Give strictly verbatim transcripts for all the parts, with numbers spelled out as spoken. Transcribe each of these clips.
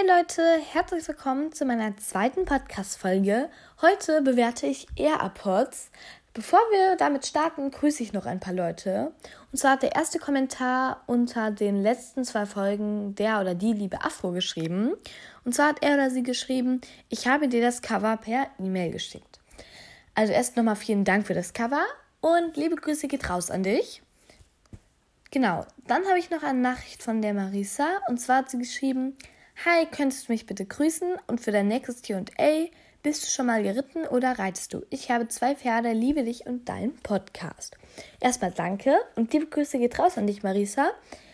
Hey Leute, herzlich willkommen zu meiner zweiten Podcast-Folge. Heute bewerte ich AirPods. Bevor wir damit starten, grüße ich noch ein paar Leute. Und zwar hat der erste Kommentar unter den letzten zwei Folgen der oder die liebe Afro geschrieben. Und zwar hat er oder sie geschrieben, ich habe dir das Cover per E-Mail geschickt. Also erst nochmal vielen Dank für das Cover und liebe Grüße geht raus an dich. Genau, dann habe ich noch eine Nachricht von der Marisa. Und zwar hat sie geschrieben, hi, könntest du mich bitte grüßen? Und für dein nächstes Q und A, bist du schon mal geritten oder reitest du? Ich habe zwei Pferde, liebe dich und deinen Podcast. Erstmal danke und liebe Grüße geht raus an dich, Marisa.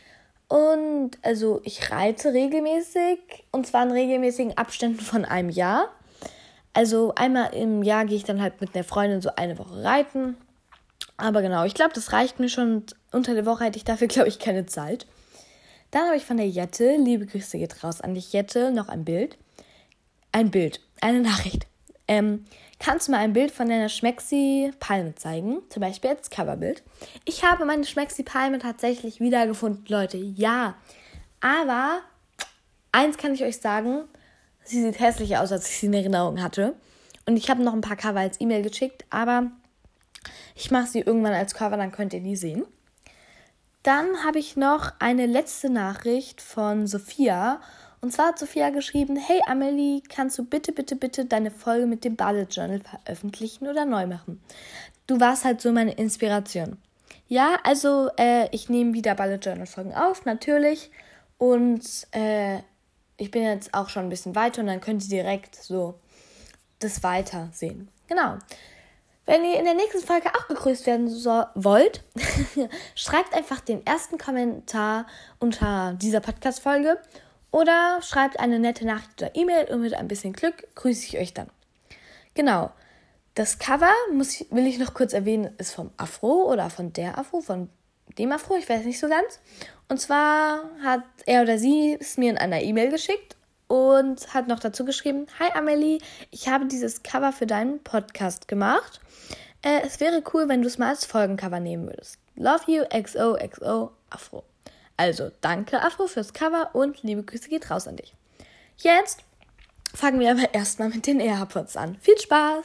Und also ich reite regelmäßig und zwar in regelmäßigen Abständen von einem Jahr. Also einmal im Jahr gehe ich dann halt mit einer Freundin so eine Woche reiten. Aber genau, ich glaube, das reicht mir schon. Und unter der Woche hätte ich dafür, glaube ich, keine Zeit. Dann habe ich von der Jette, liebe Grüße geht raus an dich, Jette, noch ein Bild. Ein Bild, eine Nachricht. Ähm, kannst du mal ein Bild von deiner Schmexi-Palme zeigen? Zum Beispiel als Coverbild. Ich habe meine Schmexi-Palme tatsächlich wiedergefunden, Leute. Ja, aber eins kann ich euch sagen, sie sieht hässlicher aus, als ich sie in Erinnerung hatte. Und ich habe noch ein paar Cover als E-Mail geschickt, aber ich mache sie irgendwann als Cover, dann könnt ihr die sehen. Dann habe ich noch eine letzte Nachricht von Sophia. Und zwar hat Sophia geschrieben, hey Amelie, kannst du bitte, bitte, bitte deine Folge mit dem Bullet Journal veröffentlichen oder neu machen? Du warst halt so meine Inspiration. Ja, also äh, ich nehme wieder Bullet Journal Folgen auf, natürlich. Und äh, ich bin jetzt auch schon ein bisschen weiter und dann könnt ihr direkt so das weiter sehen. Genau. Wenn ihr in der nächsten Folge auch gegrüßt werden so, wollt, schreibt einfach den ersten Kommentar unter dieser Podcast-Folge oder schreibt eine nette Nachricht oder E-Mail und mit ein bisschen Glück grüße ich euch dann. Genau, das Cover, muss ich, will ich noch kurz erwähnen, ist vom Afro oder von der Afro, von dem Afro, ich weiß nicht so ganz. Und zwar hat er oder sie es mir in einer E-Mail geschickt und hat noch dazu geschrieben, hi Amelie, ich habe dieses Cover für deinen Podcast gemacht. Äh, es wäre cool, wenn du es mal als Folgencover nehmen würdest. Love you, X O X O, Afro. Also, danke Afro fürs Cover und liebe Grüße geht raus an dich. Jetzt fangen wir aber erstmal mit den AirPods an. Viel Spaß!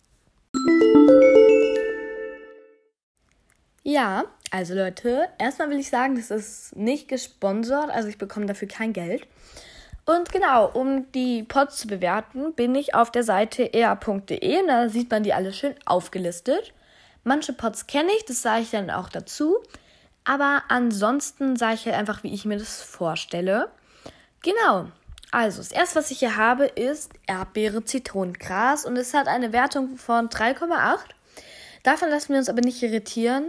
Ja, also Leute, erstmal will ich sagen, das ist nicht gesponsert, also ich bekomme dafür kein Geld. Und genau, um die Pods zu bewerten, bin ich auf der Seite air punkt de und da sieht man die alle schön aufgelistet. Manche Pods kenne ich, das sage ich dann auch dazu. Aber ansonsten sage ich halt einfach, wie ich mir das vorstelle. Genau, also das erste, was ich hier habe, ist Erdbeere Zitronengras und es hat eine Wertung von drei Komma acht. Davon lassen wir uns aber nicht irritieren.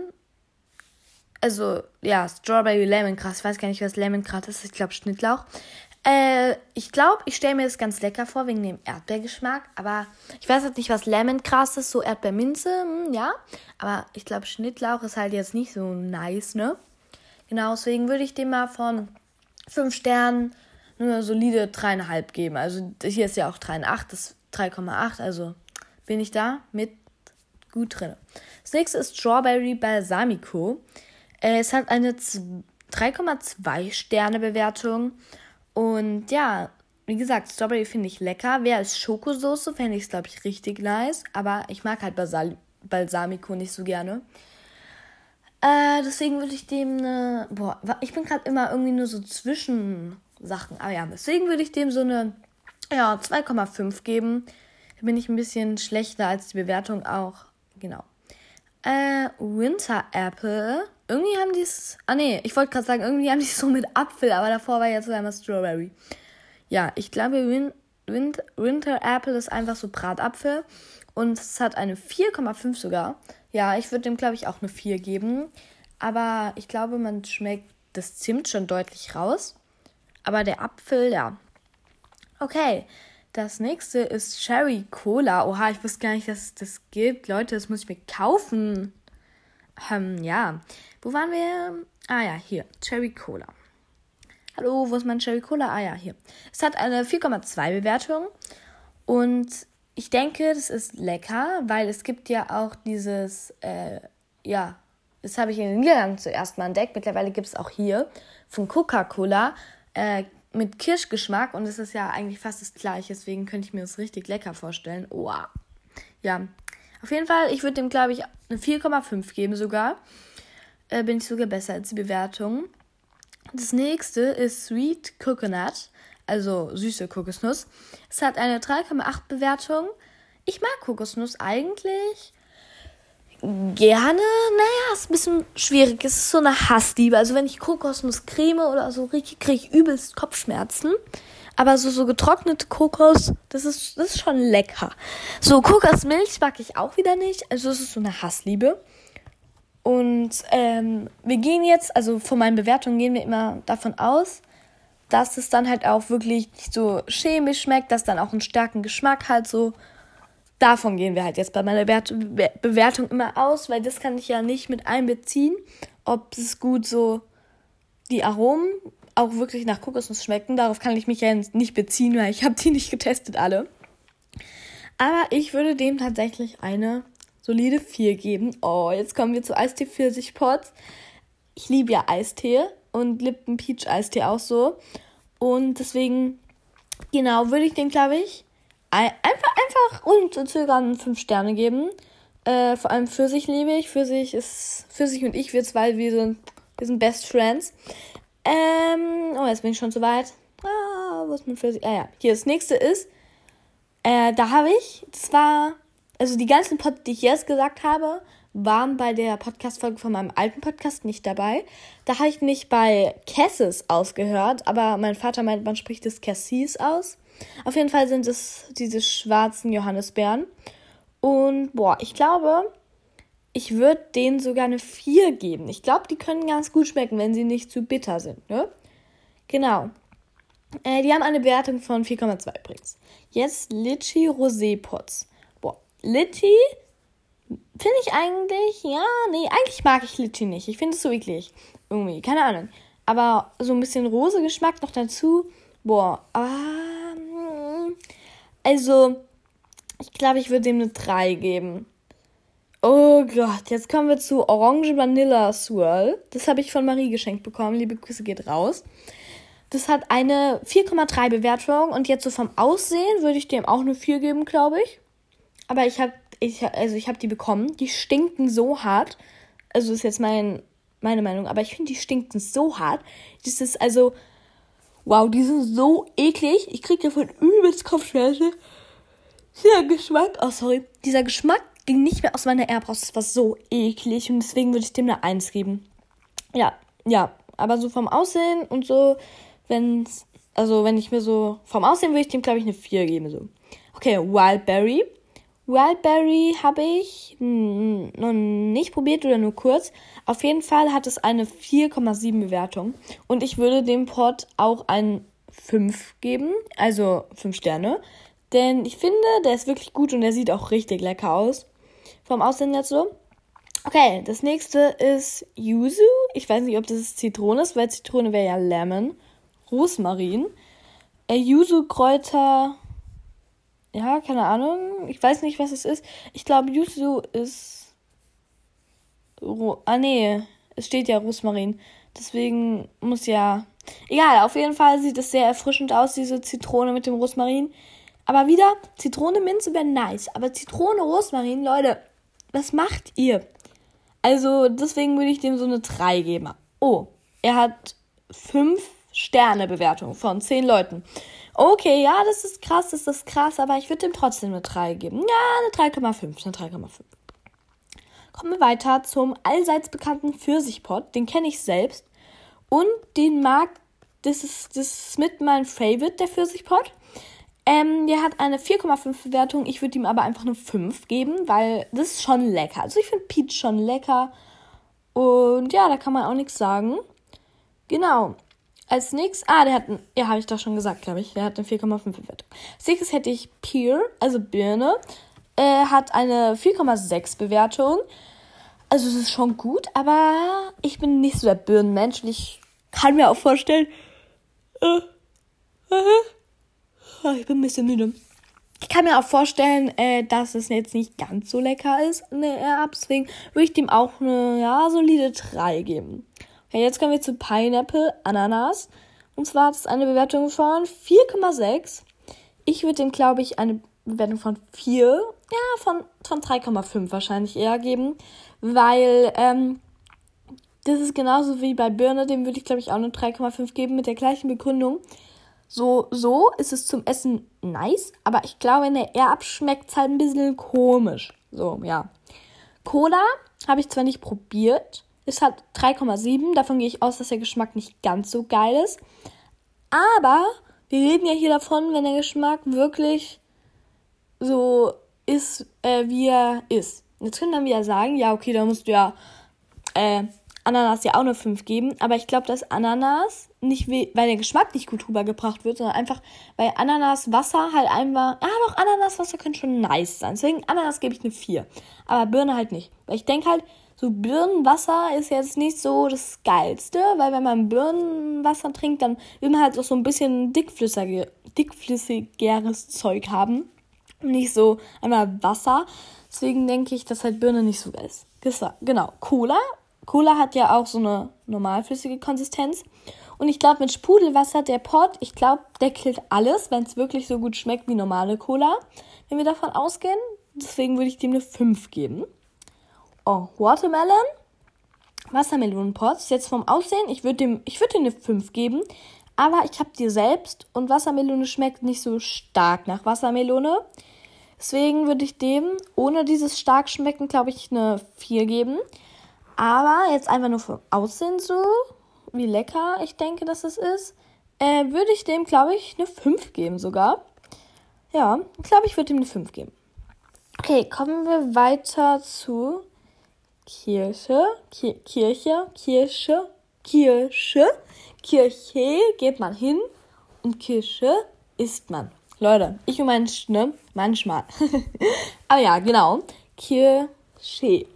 Also, ja, Strawberry Lemongras, ich weiß gar nicht, was Lemongras ist, ich glaube Schnittlauch. Äh, ich glaube, ich stelle mir das ganz lecker vor, wegen dem Erdbeergeschmack. Aber ich weiß halt nicht, was Lemongras ist, so Erdbeerminze, hm, ja. Aber ich glaube, Schnittlauch ist halt jetzt nicht so nice, ne? Genau, deswegen würde ich dem mal von fünf Sternen nur solide drei Komma fünf geben. Also hier ist ja auch drei Komma acht, das ist drei Komma acht, also bin ich da mit gut drin. Das nächste ist Strawberry Balsamico. Äh, es hat eine drei Komma zwei Sterne Bewertung. Und ja, wie gesagt, Strawberry finde ich lecker. Wäre als Schokosoße, fände ich es, glaube ich, richtig nice. Aber ich mag halt Basal- Balsamico nicht so gerne. Äh, deswegen würde ich dem eine... Boah, ich bin gerade immer irgendwie nur so zwischen Sachen. Aber ja, deswegen würde ich dem so eine ja, zwei Komma fünf geben. Da bin ich ein bisschen schlechter als die Bewertung auch. Genau. Äh, Winter Apple. Irgendwie haben die es... Ah, nee, ich wollte gerade sagen, irgendwie haben die es so mit Apfel, aber davor war jetzt einmal Strawberry. Ja, ich glaube, Win- Win- Winter Apple ist einfach so Bratapfel. Und es hat eine vier Komma fünf sogar. Ja, ich würde dem, glaube ich, auch eine vier geben. Aber ich glaube, man schmeckt das Zimt schon deutlich raus. Aber der Apfel, ja. Okay, das nächste ist Cherry Cola. Oha, ich wusste gar nicht, dass es das gibt. Leute, das muss ich mir kaufen. Ähm, ja. Wo waren wir? Ah ja, hier. Cherry Cola. Hallo, wo ist mein Cherry Cola? Ah ja, hier. Es hat eine vier Komma zwei Bewertung. Und ich denke, das ist lecker, weil es gibt ja auch dieses, äh, ja, das habe ich in den Niederlanden zuerst mal entdeckt. Mittlerweile gibt es auch hier von Coca-Cola äh, mit Kirschgeschmack und es ist ja eigentlich fast das gleiche, deswegen könnte ich mir das richtig lecker vorstellen. Wow. Ja, auf jeden Fall, ich würde dem, glaube ich, eine vier Komma fünf geben sogar. Äh, bin ich sogar besser als die Bewertung. Das nächste ist Sweet Coconut, also süße Kokosnuss. Es hat eine drei Komma acht Bewertung. Ich mag Kokosnuss eigentlich gerne. Naja, ist ein bisschen schwierig. Es ist so eine Hassliebe. Also wenn ich Kokosnuss creme oder so, kriege ich übelst Kopfschmerzen. Aber so, so getrocknete Kokos, das ist, das ist schon lecker. So, Kokosmilch mag ich auch wieder nicht. Also es ist so eine Hassliebe. Und ähm, wir gehen jetzt, also von meinen Bewertungen gehen wir immer davon aus, dass es dann halt auch wirklich nicht so chemisch schmeckt, dass dann auch einen starken Geschmack halt so. Davon gehen wir halt jetzt bei meiner Be- Bewertung immer aus, weil das kann ich ja nicht mit einbeziehen, ob es gut so die Aromen auch wirklich nach Kokosnuss schmecken. Darauf kann ich mich ja nicht beziehen, weil ich habe die nicht getestet alle. Aber ich würde dem tatsächlich eine solide vier geben. Oh, jetzt kommen wir zu Eistee Pfirsichpots. Ich liebe ja Eistee und Lipton Peach Eistee auch so. Und deswegen, genau, würde ich dem, glaube ich, Einfach, einfach ohne zu zögern fünf Sterne geben. Äh, vor allem Pfirsich liebe ich. Pfirsich ist, Pfirsich und ich, wir zwei, wir sind, wir sind Best Friends. Ähm, oh, jetzt bin ich schon zu weit. Ah, wo ist mein Pfirsich? Ah ja, hier das nächste ist, äh, da habe ich, das war, also die ganzen Pots, die ich jetzt gesagt habe, waren bei der Podcast-Folge von meinem alten Podcast nicht dabei. Da habe ich mich bei Cassis ausgehört, aber mein Vater meint, man spricht das Cassis aus. Auf jeden Fall sind es diese schwarzen Johannisbeeren. Und boah, ich glaube, ich würde denen sogar eine vier geben. Ich glaube, die können ganz gut schmecken, wenn sie nicht zu bitter sind, ne? Genau. Äh, die haben eine Bewertung von vier Komma zwei übrigens. Jetzt Litchi Rosé Pots. Boah, Litchi finde ich eigentlich, ja, nee, eigentlich mag ich Litchi nicht. Ich finde es so eklig. Irgendwie, keine Ahnung. Aber so ein bisschen rosa Geschmack noch dazu. Boah, ah, also, ich glaube, ich würde dem eine drei geben. Oh Gott, jetzt kommen wir zu Orange Vanilla Swirl. Das habe ich von Marie geschenkt bekommen. Liebe Grüße geht raus. Das hat eine vier Komma drei Bewertung und jetzt so vom Aussehen würde ich dem auch eine vier geben, glaube ich. Aber ich habe ich, also ich habe die bekommen. Die stinken so hart. Also ist jetzt mein, meine Meinung, aber ich finde, die stinken so hart. Das ist also, wow, die sind so eklig. Ich kriege davon übelst Kopfschmerzen. Dieser Geschmack, oh sorry, dieser Geschmack ging nicht mehr aus meiner Air raus. Das war so eklig und deswegen würde ich dem eine eins geben. Ja, ja, aber so vom Aussehen und so, wenn's, also wenn ich mir so, vom Aussehen würde ich dem, glaube ich, eine vier geben, so. Okay, Wildberry. Wildberry habe ich hm, noch nicht probiert oder nur kurz. Auf jeden Fall hat es eine vier Komma sieben Bewertung. Und ich würde dem Pot auch ein fünf geben, also fünf Sterne. Denn ich finde, der ist wirklich gut und der sieht auch richtig lecker aus. Vom Aussehen jetzt so. Okay, das nächste ist Yuzu. Ich weiß nicht, ob das Zitrone ist, weil Zitrone wäre ja Lemon. Rosmarin. Äh, Yuzu-Kräuter. Ja, keine Ahnung. Ich weiß nicht, was es ist. Ich glaube, Yuzu ist... Ro- ah, nee. Es steht ja Rosmarin. Deswegen muss ja... Egal, auf jeden Fall sieht es sehr erfrischend aus, diese Zitrone mit dem Rosmarin. Aber wieder, Zitrone, Minze wäre nice. Aber Zitrone, Rosmarin, Leute, was macht ihr? Also, deswegen würde ich dem so eine drei geben. Oh, er hat fünf Sterne Bewertung von zehn Leuten. Okay, ja, das ist krass, das ist krass, aber ich würde dem trotzdem eine drei geben. Ja, eine drei Komma fünf, eine drei Komma fünf. Kommen wir weiter zum allseits bekannten Pfirsichpot. Den kenne ich selbst. Und den mag, das ist, das ist mit meinem Favorite, der Pfirsichpot. Ähm, der hat eine vier Komma fünf Bewertung. Ich würde ihm aber einfach eine fünf geben, weil das ist schon lecker. Also ich finde Peach schon lecker. Und ja, da kann man auch nichts sagen. Genau. Als nächstes, ah, der hat, ein, ja, habe ich doch schon gesagt, glaube ich. Der hat eine vier Komma fünf Bewertung. Als nächstes hätte ich Pear, also Birne. Äh, hat eine vier Komma sechs Bewertung. Also es ist schon gut, aber ich bin nicht so der Birnenmensch. Und ich kann mir auch vorstellen, äh, äh, ich bin ein bisschen müde. Ich kann mir auch vorstellen, äh, dass es jetzt nicht ganz so lecker ist. Ne, deswegen würde ich dem auch eine, ja, solide drei geben. Okay, jetzt kommen wir zu Pineapple, Ananas. Und zwar hat es eine Bewertung von vier Komma sechs. Ich würde dem, glaube ich, eine Bewertung von vier, ja, von, von drei Komma fünf wahrscheinlich eher geben. Weil, ähm, das ist genauso wie bei Birne, dem würde ich, glaube ich, auch eine drei Komma fünf geben mit der gleichen Begründung. So, so ist es zum Essen nice, aber ich glaube, wenn er eher abschmeckt, es halt ein bisschen komisch. So, ja. Cola habe ich zwar nicht probiert, ist halt drei Komma sieben, davon gehe ich aus, dass der Geschmack nicht ganz so geil ist. Aber wir reden ja hier davon, wenn der Geschmack wirklich so ist, äh, wie er ist. Jetzt können dann wieder sagen, ja, okay, da musst du ja äh, Ananas ja auch eine fünf geben, aber ich glaube, dass Ananas nicht, we- weil der Geschmack nicht gut rübergebracht wird, sondern einfach, weil Ananaswasser halt einfach, ja doch, Ananaswasser könnte schon nice sein, deswegen Ananas gebe ich eine vier, aber Birne halt nicht, weil ich denke halt, so Birnenwasser ist jetzt nicht so das Geilste, weil wenn man Birnenwasser trinkt, dann will man halt auch so ein bisschen dickflüssige, dickflüssigeres Zeug haben und nicht so einmal Wasser, deswegen denke ich, dass halt Birne nicht so geil ist. Genau, Cola Cola hat ja auch so eine normalflüssige Konsistenz. Und ich glaube, mit Sprudelwasser, der Pot, ich glaube, der killt alles, wenn es wirklich so gut schmeckt wie normale Cola. Wenn wir davon ausgehen. Deswegen würde ich dem eine fünf geben. Oh, Watermelon. Wassermelonenpot. Jetzt vom Aussehen, ich würde dem, ich würde dem eine fünf geben. Aber ich habe die selbst und Wassermelone schmeckt nicht so stark nach Wassermelone. Deswegen würde ich dem, ohne dieses stark schmecken, glaube ich, eine vier geben. Aber jetzt einfach nur vom Aussehen so, wie lecker ich denke, dass es ist, äh, würde ich dem, glaube ich, eine fünf geben sogar. Ja, ich glaube, ich würde ihm eine fünf geben. Okay, kommen wir weiter zu Kirche. Ki- Kirche, Kirche, Kirche. Kirche geht man hin und Kirche isst man. Leute, ich und mein Sch, ne? Manchmal. Aber ja, genau. Kirche.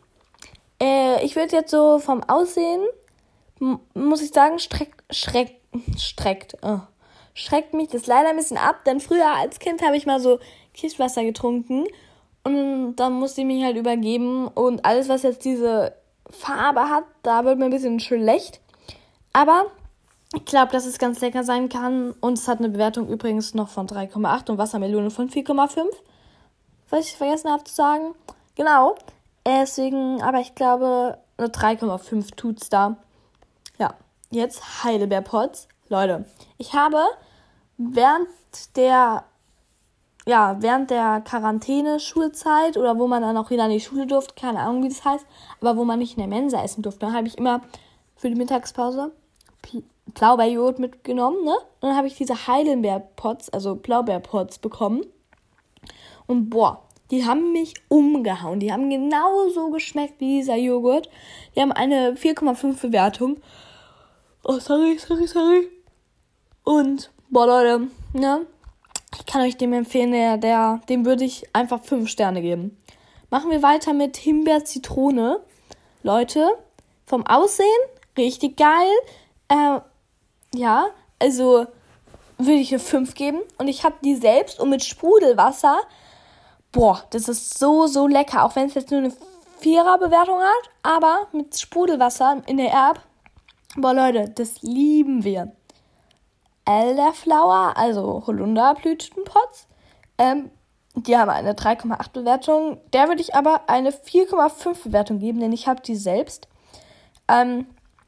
Äh, ich würde jetzt so vom Aussehen, m- muss ich sagen, streck, schreck, streckt, oh, schreckt mich das leider ein bisschen ab, denn früher als Kind habe ich mal so Kirschwasser getrunken und dann musste ich mich halt übergeben und alles, was jetzt diese Farbe hat, da wird mir ein bisschen schlecht, aber ich glaube, dass es ganz lecker sein kann und es hat eine Bewertung übrigens noch von drei Komma acht und Wassermelone von vier Komma fünf, was ich vergessen habe zu sagen, genau. Deswegen, aber ich glaube, eine drei Komma fünf tut's da. Ja, jetzt Heidelbeerpots. Leute, ich habe während der, ja, während der Quarantäne-Schulzeit oder wo man dann auch wieder in die Schule durfte, keine Ahnung, wie das heißt, aber wo man nicht in der Mensa essen durfte, dann habe ich immer für die Mittagspause Pl- Blaubeerjoghurt mitgenommen, ne? Und dann habe ich diese Heidelbeerpots, also Blaubeerpots bekommen. Und boah, die haben mich umgehauen. Die haben genauso geschmeckt wie dieser Joghurt. Die haben eine vier Komma fünf Bewertung. Oh, sorry, sorry, sorry. Und, boah, Leute, ne? Ich kann euch dem empfehlen, der, der, dem würde ich einfach fünf Sterne geben. Machen wir weiter mit Himbeer-Zitrone. Leute, vom Aussehen richtig geil. Äh, ja, also würde ich eine fünf geben. Und ich habe die selbst und mit Sprudelwasser. Boah, das ist so, so lecker. Auch wenn es jetzt nur eine Vierer-Bewertung hat. Aber mit Sprudelwasser in der App. Boah, Leute, das lieben wir. Elderflower, also Holunderblütenpots. Ähm, die haben eine drei Komma acht Bewertung. Der würde ich aber eine vier Komma fünf Bewertung geben, denn ich habe die selbst. Ähm,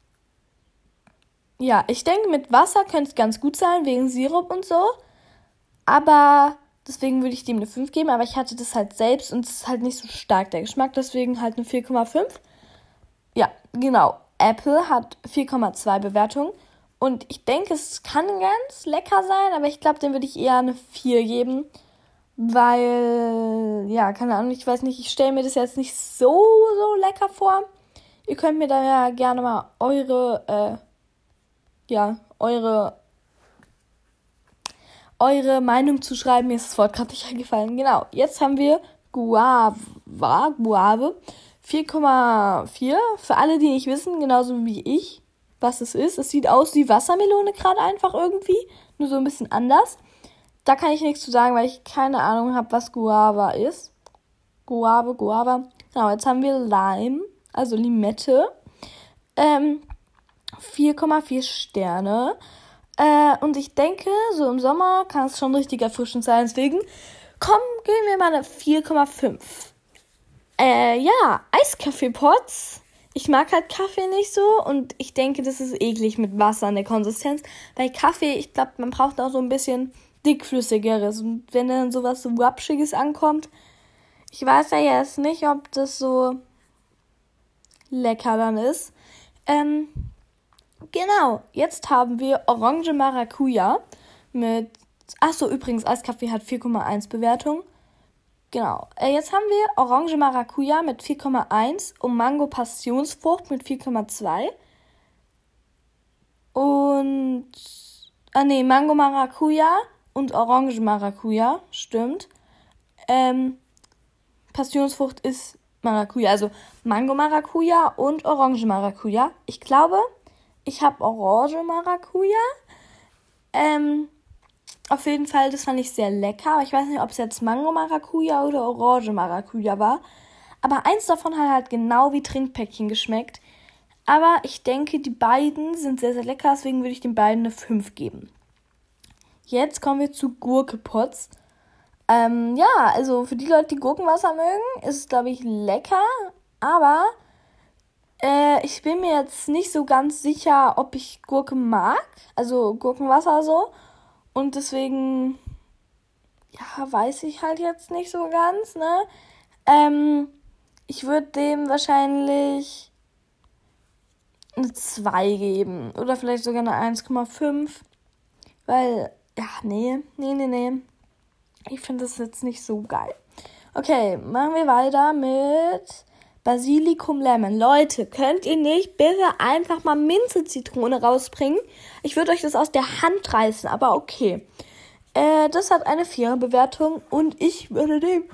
ja, ich denke, mit Wasser könnte es ganz gut sein, wegen Sirup und so. Aber deswegen würde ich dem eine fünf geben. Aber ich hatte das halt selbst und es ist halt nicht so stark, der Geschmack. Deswegen halt eine vier Komma fünf. Ja, genau. Apple hat vier Komma zwei Bewertung. Und ich denke, es kann ganz lecker sein, aber ich glaube, dem würde ich eher eine vier geben. Weil, ja, keine Ahnung, ich weiß nicht, ich stelle mir das jetzt nicht so, so lecker vor. Ihr könnt mir da ja gerne mal eure, äh, ja, eure, eure Meinung zu schreiben. Mir ist das Wort gerade nicht eingefallen. Genau, jetzt haben wir Guava, Guave, vier Komma vier. Für alle, die nicht wissen, genauso wie ich, was es ist. Es sieht aus wie Wassermelone gerade einfach irgendwie, nur so ein bisschen anders. Da kann ich nichts zu sagen, weil ich keine Ahnung habe, was Guava ist. Guave, Guava. Genau, jetzt haben wir Lime, also Limette. Ähm, vier Komma vier Sterne. Äh, und ich denke, so im Sommer kann es schon richtig erfrischend sein. Deswegen, komm, geben wir mal eine vier Komma fünf. Äh, ja, Eiskaffee-Pots. Ich mag halt Kaffee nicht so und ich denke, das ist eklig mit Wasser in der Konsistenz. Bei Kaffee, ich glaube, man braucht auch so ein bisschen dickflüssigeres. Und wenn dann sowas so Wapschiges ankommt, ich weiß ja jetzt nicht, ob das so lecker dann ist. Ähm, genau, jetzt haben wir Orange Maracuja mit, achso, übrigens, Eiskaffee hat vier Komma eins Bewertung. Genau, äh, jetzt haben wir Orange Maracuja mit vier Komma eins und Mango Passionsfrucht mit vier Komma zwei. Und, ah nee, Mango Maracuja und Orange Maracuja, stimmt. Ähm, Passionsfrucht ist Maracuja, also Mango Maracuja und Orange Maracuja. Ich glaube, ich habe Orange Maracuja. Ähm, auf jeden Fall, das fand ich sehr lecker. Aber ich weiß nicht, ob es jetzt Mango Maracuja oder Orange Maracuja war. Aber eins davon hat halt genau wie Trinkpäckchen geschmeckt. Aber ich denke, die beiden sind sehr, sehr lecker. Deswegen würde ich den beiden eine fünf geben. Jetzt kommen wir zu Gurke-Pots. Ähm, ja, also für die Leute, die Gurkenwasser mögen, ist es, glaube ich, lecker. Aber äh, ich bin mir jetzt nicht so ganz sicher, ob ich Gurke mag. Also Gurkenwasser so. Und deswegen, ja, weiß ich halt jetzt nicht so ganz, ne? Ähm, ich würde dem wahrscheinlich eine zwei geben. Oder vielleicht sogar eine eins Komma fünf. Weil, ja, nee, nee, nee, nee. Ich finde das jetzt nicht so geil. Okay, machen wir weiter mit Basilikum Lemon. Leute, könnt ihr nicht bitte einfach mal Minze-Zitrone rausbringen? Ich würde euch das aus der Hand reißen, aber okay. Äh, das hat eine Vierer-Bewertung und ich würde dem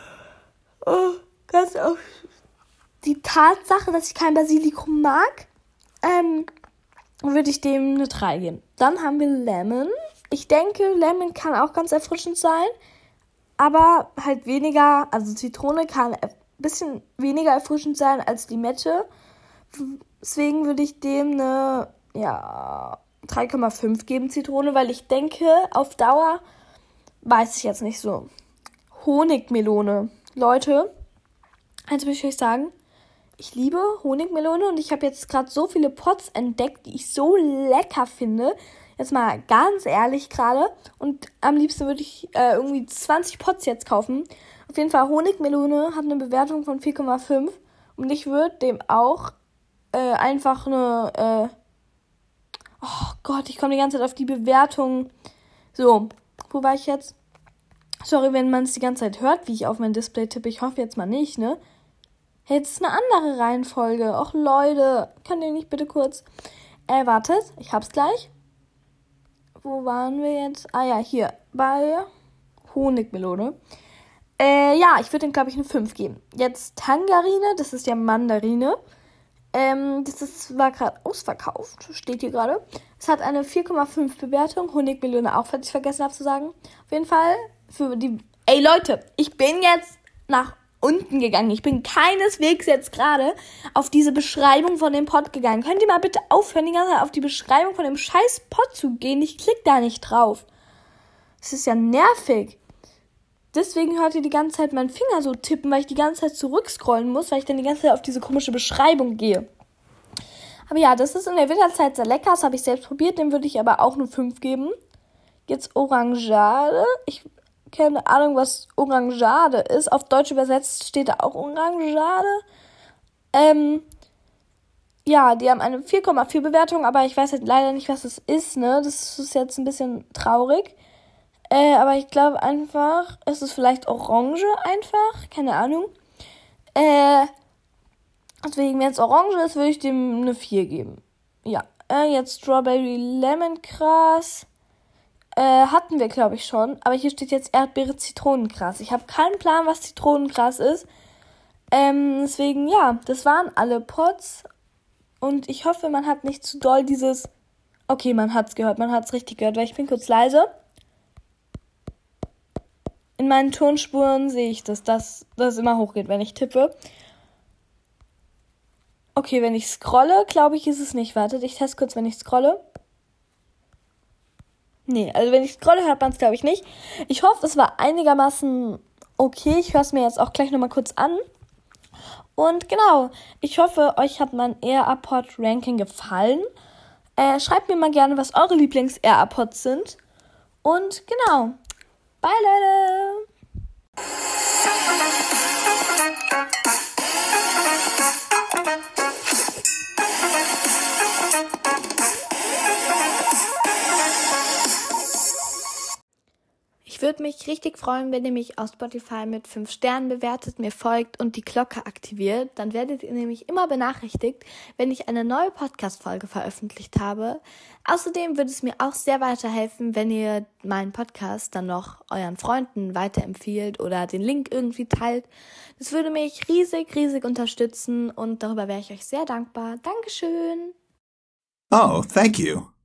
oh, ganz auf die Tatsache, dass ich kein Basilikum mag, ähm, würde ich dem eine drei geben. Dann haben wir Lemon. Ich denke, Lemon kann auch ganz erfrischend sein, aber halt weniger, also Zitrone kann ein bisschen weniger erfrischend sein als Limette. Deswegen würde ich dem eine, ja, drei Komma fünf geben, Zitrone, weil ich denke, auf Dauer weiß ich jetzt nicht so. Honigmelone. Leute, eins möchte ich euch sagen, ich liebe Honigmelone und ich habe jetzt gerade so viele Pots entdeckt, die ich so lecker finde. Jetzt mal ganz ehrlich gerade. Und am liebsten würde ich äh, irgendwie zwanzig Pots jetzt kaufen. Auf jeden Fall, Honigmelone hat eine Bewertung von vier Komma fünf. Und ich würde dem auch äh, einfach eine... Äh oh Gott, ich komme die ganze Zeit auf die Bewertung. So, wo war ich jetzt? Sorry, wenn man es die ganze Zeit hört, wie ich auf mein Display tippe. Ich hoffe jetzt mal nicht, ne? Hey, jetzt ist eine andere Reihenfolge. Och, Leute, könnt ihr nicht bitte kurz... Äh, wartet, ich hab's gleich. Wo waren wir jetzt? Ah ja, hier, bei Honigmelone. Äh, ja, ich würde dem, glaube ich, eine fünf geben. Jetzt Tangerine, das ist ja Mandarine. Ähm, das ist, war gerade ausverkauft, steht hier gerade. Es hat eine vier Komma fünf Bewertung. Honigmelone auch, falls ich vergessen habe zu sagen. Auf jeden Fall für die... Ey, Leute, ich bin jetzt nach unten gegangen. Ich bin keineswegs jetzt gerade auf diese Beschreibung von dem Pod gegangen. Könnt ihr mal bitte aufhören, die ganze Zeit auf die Beschreibung von dem scheiß Pod zu gehen? Ich klick da nicht drauf. Das ist ja nervig. Deswegen hört ihr die ganze Zeit meinen Finger so tippen, weil ich die ganze Zeit zurückscrollen muss, weil ich dann die ganze Zeit auf diese komische Beschreibung gehe. Aber ja, das ist in der Winterzeit sehr lecker. Das habe ich selbst probiert. Dem würde ich aber auch eine fünf geben. Jetzt Orangeade. Ich keine Ahnung, was Orangeade ist. Auf Deutsch übersetzt steht da auch Orangeade. Ähm, ja, die haben eine vier Komma vier Bewertung, aber ich weiß halt leider nicht, was das ist, ne? Das ist jetzt ein bisschen traurig. Äh, aber ich glaube einfach, es ist vielleicht Orange einfach. Keine Ahnung. Äh, deswegen, wenn es Orange ist, würde ich dem eine vier geben. Ja, äh, jetzt Strawberry Lemongras. Äh, hatten wir, glaube ich, schon. Aber hier steht jetzt Erdbeere Zitronengras. Ich habe keinen Plan, was Zitronengras ist. Ähm, deswegen, ja, das waren alle Pots. Und ich hoffe, man hat nicht zu doll dieses... Okay, man hat's gehört, man hat's richtig gehört, weil ich bin kurz leise. In meinen Tonspuren sehe ich das, dass das immer hochgeht, wenn ich tippe. Okay, wenn ich scrolle, glaube ich, ist es nicht. Wartet, ich teste kurz, wenn ich scrolle. Nee, also wenn ich scrolle, hört man es, glaube ich, nicht. Ich hoffe, es war einigermaßen okay. Ich höre es mir jetzt auch gleich nochmal kurz an. Und genau, ich hoffe, euch hat mein AirPod-Ranking gefallen. Äh, schreibt mir mal gerne, was eure Lieblings-AirPods sind. Und genau, bye Leute! Ich würde mich richtig freuen, wenn ihr mich auf Spotify mit fünf Sternen bewertet, mir folgt und die Glocke aktiviert. Dann werdet ihr nämlich immer benachrichtigt, wenn ich eine neue Podcast-Folge veröffentlicht habe. Außerdem würde es mir auch sehr weiterhelfen, wenn ihr meinen Podcast dann noch euren Freunden weiterempfiehlt oder den Link irgendwie teilt. Das würde mich riesig, riesig unterstützen und darüber wäre ich euch sehr dankbar. Dankeschön! Oh, thank you.